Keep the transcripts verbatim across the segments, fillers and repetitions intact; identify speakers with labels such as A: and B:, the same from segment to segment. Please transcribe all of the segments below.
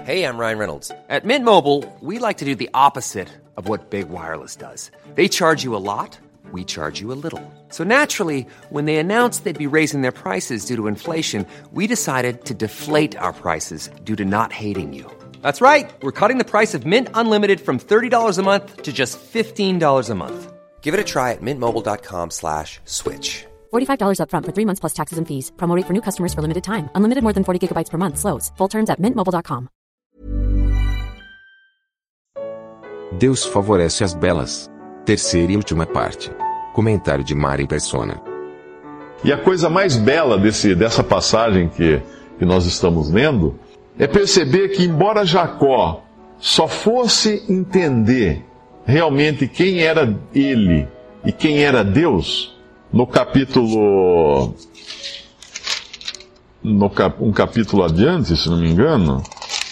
A: Hey, I'm Ryan Reynolds. At Mint Mobile, we like to do the opposite of what Big Wireless does. They charge you a lot, we charge you a little. So naturally, when they announced they'd be raising their prices due to inflation, we decided to deflate our prices due to not hating you. That's right. We're cutting the price of Mint Unlimited from thirty dollars a month to just fifteen dollars a month. Give it a try at mintmobile.com slash switch.
B: forty-five dollars up front for three months plus taxes and fees. Promo rate for new customers for limited time. Unlimited more than forty gigabytes per month. Slows full terms at mint mobile dot com.
C: Deus favorece as belas. Terceira e última parte. Comentário de Mari Persona.
D: E a coisa mais bela desse, dessa passagem que, que nós estamos lendo é perceber que, embora Jacó só fosse entender realmente quem era ele e quem era Deus, no capítulo, no cap, um capítulo adiante, se não me engano,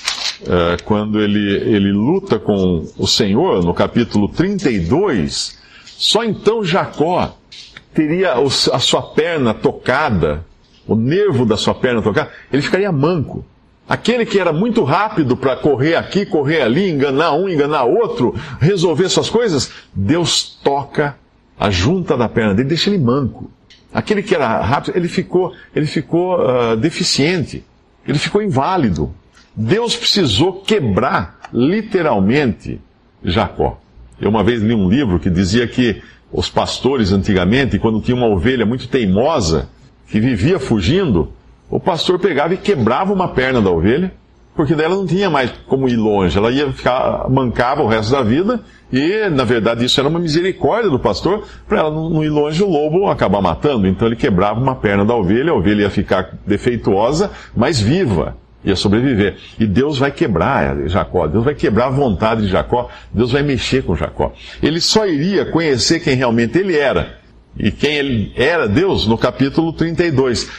D: é, quando ele, ele luta com o Senhor, no capítulo trinta e dois, só então Jacó teria a sua perna tocada, o nervo da sua perna tocada, ele ficaria manco. Aquele que era muito rápido para correr aqui, correr ali, enganar um, enganar outro, resolver suas coisas, Deus toca a junta da perna dele, deixa ele manco. Aquele que era rápido, ele ficou, ele ficou uh, deficiente, ele ficou inválido. Deus precisou quebrar, literalmente, Jacó. Eu uma vez li um livro que dizia que os pastores antigamente, quando tinha uma ovelha muito teimosa, que vivia fugindo, o pastor pegava e quebrava uma perna da ovelha, porque daí ela não tinha mais como ir longe, ela ia ficar mancava o resto da vida, e na verdade isso era uma misericórdia do pastor, para ela não ir longe, o lobo acabar matando. Então ele quebrava uma perna da ovelha, a ovelha ia ficar defeituosa, mas viva, ia sobreviver. E Deus vai quebrar Jacó, Deus vai quebrar a vontade de Jacó, Deus vai mexer com Jacó. Ele só iria conhecer quem realmente ele era, e quem ele era, Deus, no capítulo trinta e dois.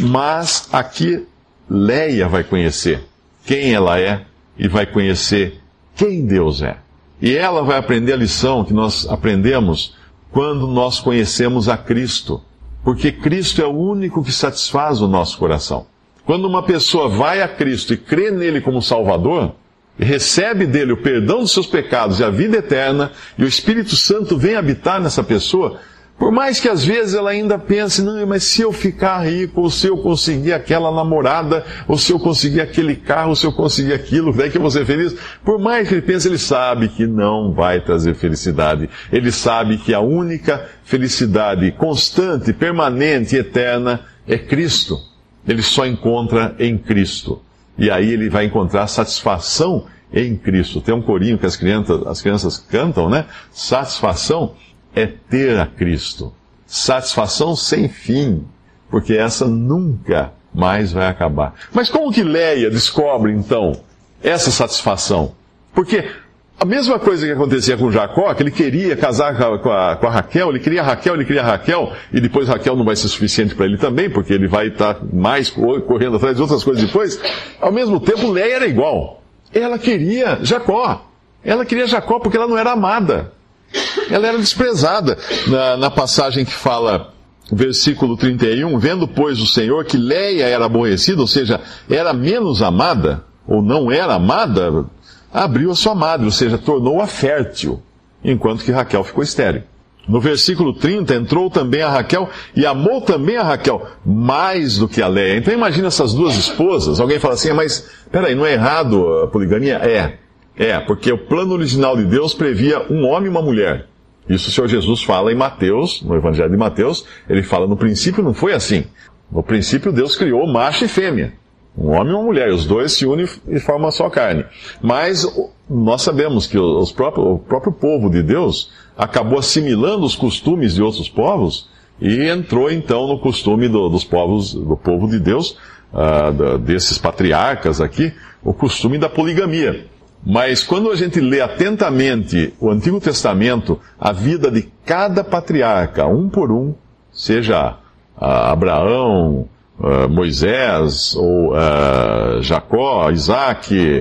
D: Mas aqui Leia vai conhecer quem ela é e vai conhecer quem Deus é. E ela vai aprender a lição que nós aprendemos quando nós conhecemos a Cristo. Porque Cristo é o único que satisfaz o nosso coração. Quando uma pessoa vai a Cristo e crê nele como Salvador, e recebe dele o perdão dos seus pecados e a vida eterna, e o Espírito Santo vem habitar nessa pessoa, por mais que às vezes ela ainda pense, não, mas se eu ficar rico, ou se eu conseguir aquela namorada, ou se eu conseguir aquele carro, ou se eu conseguir aquilo, daí que eu vou ser feliz. Por mais que ele pense, ele sabe que não vai trazer felicidade. Ele sabe que a única felicidade constante, permanente e eterna é Cristo. Ele só encontra em Cristo. E aí ele vai encontrar satisfação em Cristo. Tem um corinho que as crianças, as crianças cantam, né? Satisfação é ter a Cristo. Satisfação sem fim, porque essa nunca mais vai acabar. Mas como que Leia descobre, então, essa satisfação? Porque a mesma coisa que acontecia com Jacó, que ele queria casar com a, com a Raquel, ele queria Raquel, ele queria Raquel, e depois Raquel não vai ser suficiente para ele também, porque ele vai estar mais correndo atrás de outras coisas depois. Ao mesmo tempo, Leia era igual. Ela queria Jacó. Ela queria Jacó porque ela não era amada. Ela era desprezada. Na, na passagem que fala, versículo trinta e um, vendo, pois, o Senhor que Leia era aborrecida, ou seja, era menos amada, ou não era amada, abriu a sua madre, ou seja, tornou-a fértil, enquanto que Raquel ficou estéril. No versículo trinta, entrou também a Raquel e amou também a Raquel, mais do que a Leia. Então imagina essas duas esposas. Alguém fala assim, mas peraí, não é errado a poligamia? É, é, porque o plano original de Deus previa um homem e uma mulher. Isso o Senhor Jesus fala em Mateus, no Evangelho de Mateus, ele fala, no princípio não foi assim. No princípio Deus criou macho e fêmea. Um homem e uma mulher, os dois se unem e formam uma só carne. Mas nós sabemos que os próprios, o próprio povo de Deus acabou assimilando os costumes de outros povos e entrou então no costume do, dos povos, do povo de Deus, uh, desses patriarcas aqui, o costume da poligamia. Mas quando a gente lê atentamente o Antigo Testamento, a vida de cada patriarca, um por um, seja uh, Abraão, Uh, Moisés, ou uh, Jacó, Isaac,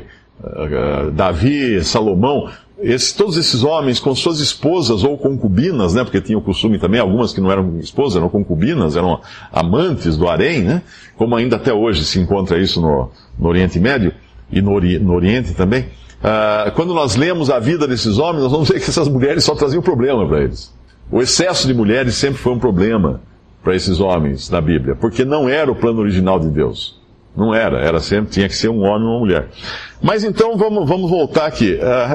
D: uh, Davi, Salomão, esse, todos esses homens com suas esposas ou concubinas, né, porque tinha o costume também, algumas que não eram esposas, eram concubinas, eram amantes do harém, né, como ainda até hoje se encontra isso no, no Oriente Médio. e no, ori- no Oriente também, uh, quando nós lemos a vida desses homens, nós vamos ver que essas mulheres só traziam problema para eles. O excesso de mulheres sempre foi um problema para esses homens na Bíblia, porque não era o plano original de Deus. Não era, era sempre, tinha que ser um homem e uma mulher. Mas então vamos, vamos voltar aqui.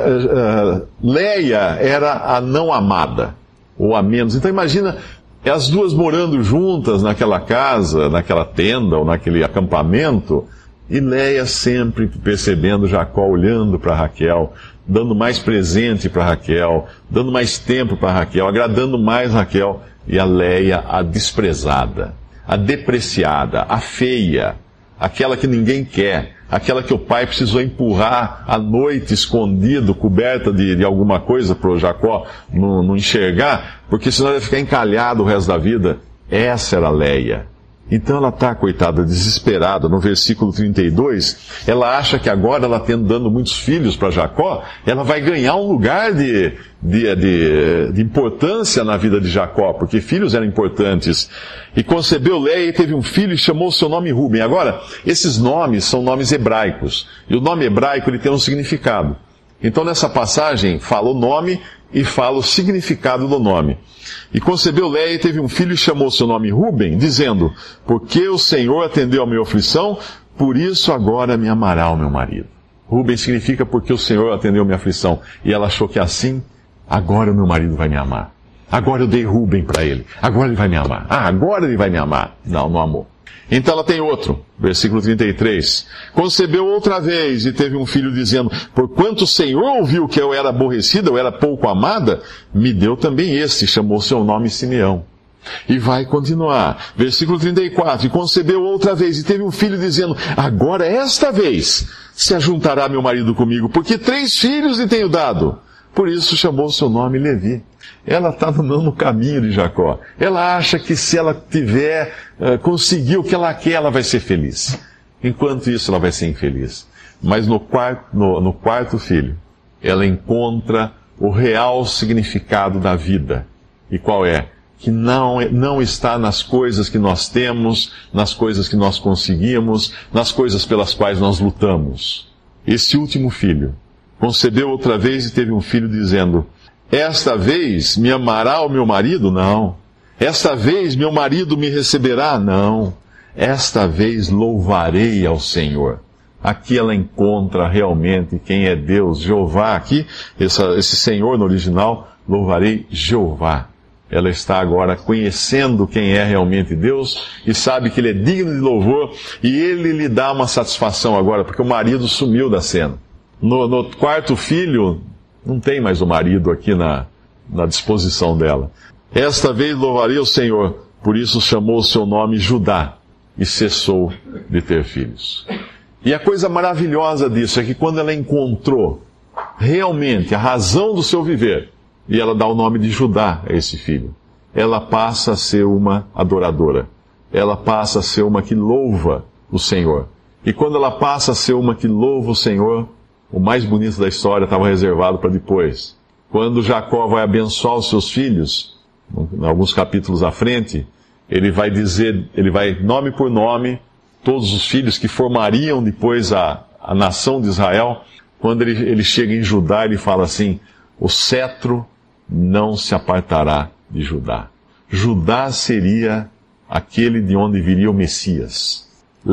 D: Uh, uh, Leia era a não amada, ou a menos. Então imagina as duas morando juntas naquela casa, naquela tenda, ou naquele acampamento, e Leia sempre percebendo Jacó olhando para Raquel, dando mais presente para Raquel, dando mais tempo para Raquel, agradando mais Raquel, e a Leia, a desprezada, a depreciada, a feia, aquela que ninguém quer, aquela que o pai precisou empurrar à noite, escondido, coberta de, de alguma coisa para o Jacó não, não enxergar, porque senão ele ia ficar encalhado o resto da vida. Essa era a Leia. Então ela está, coitada, desesperada. No versículo trinta e dois, ela acha que agora, ela tendo dando muitos filhos para Jacó, ela vai ganhar um lugar de, de, de, de importância na vida de Jacó, porque filhos eram importantes. E concebeu Leia e teve um filho e chamou o seu nome Ruben. Agora, esses nomes são nomes hebraicos. E o nome hebraico ele tem um significado. Então nessa passagem fala o nome e fala o significado do nome. E concebeu Leia e teve um filho e chamou seu nome Ruben, dizendo, porque o Senhor atendeu a minha aflição, por isso agora me amará o meu marido. Ruben significa porque o Senhor atendeu a minha aflição. E ela achou que assim, agora o meu marido vai me amar. Agora eu dei Ruben para ele. Agora ele vai me amar. Ah, agora ele vai me amar. Não, não amou. Então ela tem outro, versículo trinta e três. Concebeu outra vez e teve um filho dizendo, porquanto o Senhor ouviu que eu era aborrecida, eu era pouco amada, me deu também este, chamou seu nome Simeão. E vai continuar. Versículo trinta e quatro. E concebeu outra vez e teve um filho dizendo, agora esta vez se ajuntará meu marido comigo, porque três filhos lhe tenho dado. Por isso chamou seu nome Levi. Ela está no caminho de Jacó. Ela acha que se ela tiver, uh, conseguir o que ela quer, ela vai ser feliz. Enquanto isso, ela vai ser infeliz. Mas no quarto, no, no quarto filho, ela encontra o real significado da vida. E qual é? Que não, não está nas coisas que nós temos, nas coisas que nós conseguimos, nas coisas pelas quais nós lutamos. Esse último filho concebeu outra vez e teve um filho dizendo, esta vez me amará o meu marido? Não. Esta vez meu marido me receberá? Não. Esta vez louvarei ao Senhor. Aqui ela encontra realmente quem é Deus. Jeová, aqui, essa, esse Senhor no original, louvarei Jeová. Ela está agora conhecendo quem é realmente Deus e sabe que Ele é digno de louvor e Ele lhe dá uma satisfação agora, porque o marido sumiu da cena. No, no quarto filho, não tem mais o marido aqui na, na disposição dela. Esta vez louvarei o Senhor, por isso chamou o seu nome Judá e cessou de ter filhos. E a coisa maravilhosa disso é que quando ela encontrou realmente a razão do seu viver, e ela dá o nome de Judá a esse filho, ela passa a ser uma adoradora. Ela passa a ser uma que louva o Senhor. E quando ela passa a ser uma que louva o Senhor, o mais bonito da história estava reservado para depois. Quando Jacó vai abençoar os seus filhos, em alguns capítulos à frente, ele vai dizer, ele vai nome por nome, todos os filhos que formariam depois a, a nação de Israel. Quando ele, ele chega em Judá, ele fala assim, o cetro não se apartará de Judá. Judá seria aquele de onde viria o Messias.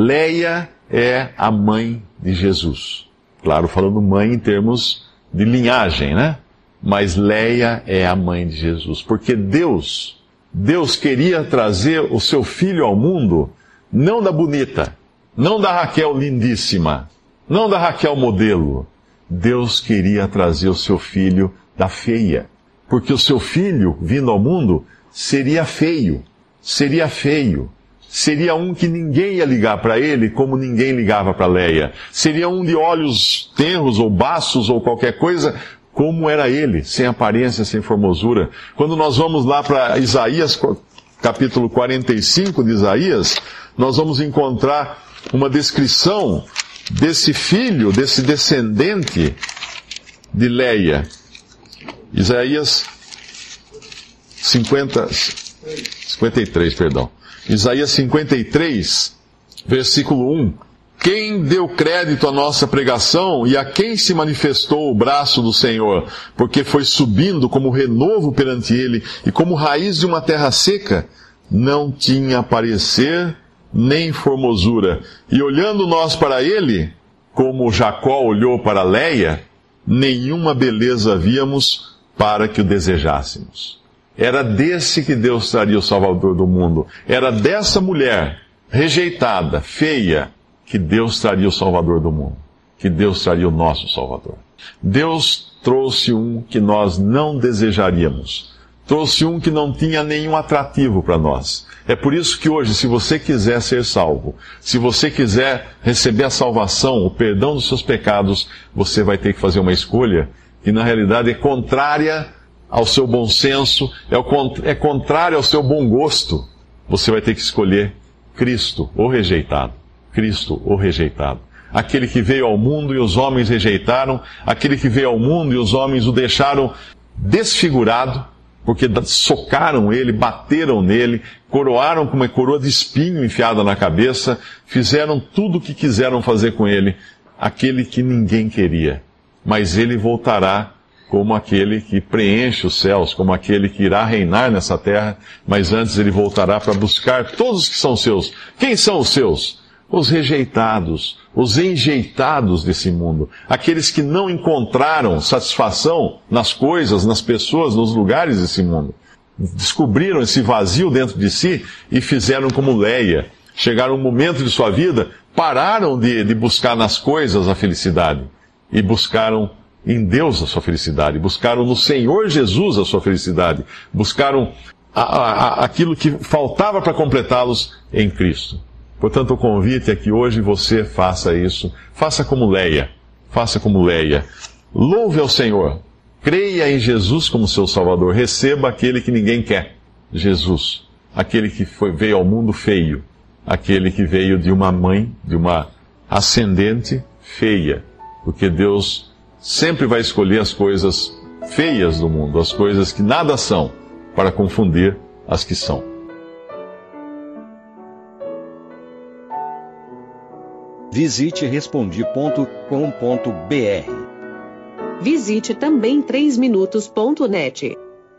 D: Leia é a mãe de Jesus. Claro, falando mãe em termos de linhagem, né? Mas Leia é a mãe de Jesus. Porque Deus, Deus queria trazer o seu filho ao mundo, não da bonita, não da Raquel lindíssima, não da Raquel modelo. Deus queria trazer o seu filho da feia. Porque o seu filho, vindo ao mundo, seria feio. Seria feio. Seria um que ninguém ia ligar para ele, como ninguém ligava para Leia. Seria um de olhos tenros ou baços ou qualquer coisa, como era ele, sem aparência, sem formosura. Quando nós vamos lá para Isaías, capítulo quarenta e cinco de Isaías, nós vamos encontrar uma descrição desse filho, desse descendente de Leia. Isaías cinquenta, cinquenta e três, perdão. Isaías cinquenta e três, versículo um, Quem deu crédito à nossa pregação e a quem se manifestou o braço do Senhor? Porque foi subindo como renovo perante ele e como raiz de uma terra seca, não tinha parecer nem formosura. E olhando nós para ele, como Jacó olhou para Léia, nenhuma beleza víamos para que o desejássemos. Era desse que Deus traria o Salvador do mundo. Era dessa mulher, rejeitada, feia, que Deus traria o Salvador do mundo. Que Deus traria o nosso Salvador. Deus trouxe um que nós não desejaríamos. Trouxe um que não tinha nenhum atrativo para nós. É por isso que hoje, se você quiser ser salvo, se você quiser receber a salvação, o perdão dos seus pecados, você vai ter que fazer uma escolha que na realidade é contrária ao seu bom senso, é, o, é contrária ao seu bom gosto. Você vai ter que escolher Cristo, o rejeitado. Cristo, o rejeitado. Aquele que veio ao mundo e os homens rejeitaram, aquele que veio ao mundo e os homens o deixaram desfigurado, porque socaram ele, bateram nele, coroaram com uma coroa de espinho enfiada na cabeça, fizeram tudo o que quiseram fazer com ele, aquele que ninguém queria. Mas ele voltará como aquele que preenche os céus, como aquele que irá reinar nessa terra, mas antes ele voltará para buscar todos os que são seus. Quem são os seus? Os rejeitados, os enjeitados desse mundo, aqueles que não encontraram satisfação nas coisas, nas pessoas, nos lugares desse mundo. Descobriram esse vazio dentro de si e fizeram como Léia. Chegaram um momento de sua vida, pararam de, de buscar nas coisas a felicidade e buscaram em Deus a sua felicidade, buscaram no Senhor Jesus a sua felicidade, buscaram a, a, aquilo que faltava para completá-los em Cristo. Portanto, o convite é que hoje você faça isso. Faça como Léia. Faça como Léia. Louve ao Senhor. Creia em Jesus como seu Salvador. Receba aquele que ninguém quer. Jesus. Aquele que foi, veio ao mundo feio. Aquele que veio de uma mãe, de uma ascendente feia. Porque Deus sempre vai escolher as coisas feias do mundo, as coisas que nada são, para confundir as que são.
E: Visite respondi ponto com ponto br.
F: Visite também três minutos ponto net.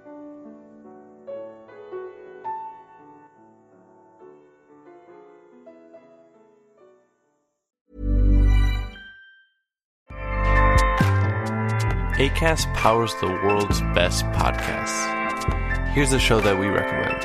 G: Acast powers the world's best podcasts. Here's a show that we recommend.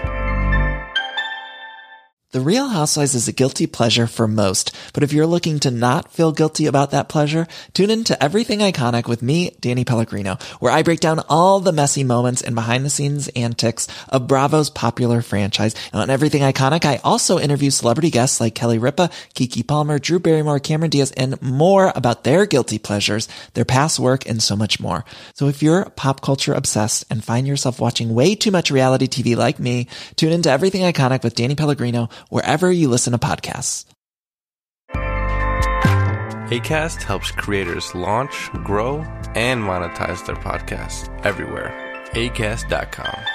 H: The Real Housewives is a guilty pleasure for most, but if you're looking to not feel guilty about that pleasure, tune in to Everything Iconic with me, Danny Pellegrino, where I break down all the messy moments and behind-the-scenes antics of Bravo's popular franchise. And on Everything Iconic, I also interview celebrity guests like Kelly Ripa, Keke Palmer, Drew Barrymore, Cameron Diaz, and more about their guilty pleasures, their past work, and so much more. So if you're pop culture obsessed and find yourself watching way too much reality T V like me, tune into Everything Iconic with Danny Pellegrino, wherever you listen to podcasts.
G: Acast helps creators launch, grow, and monetize their podcasts everywhere. Acast dot com.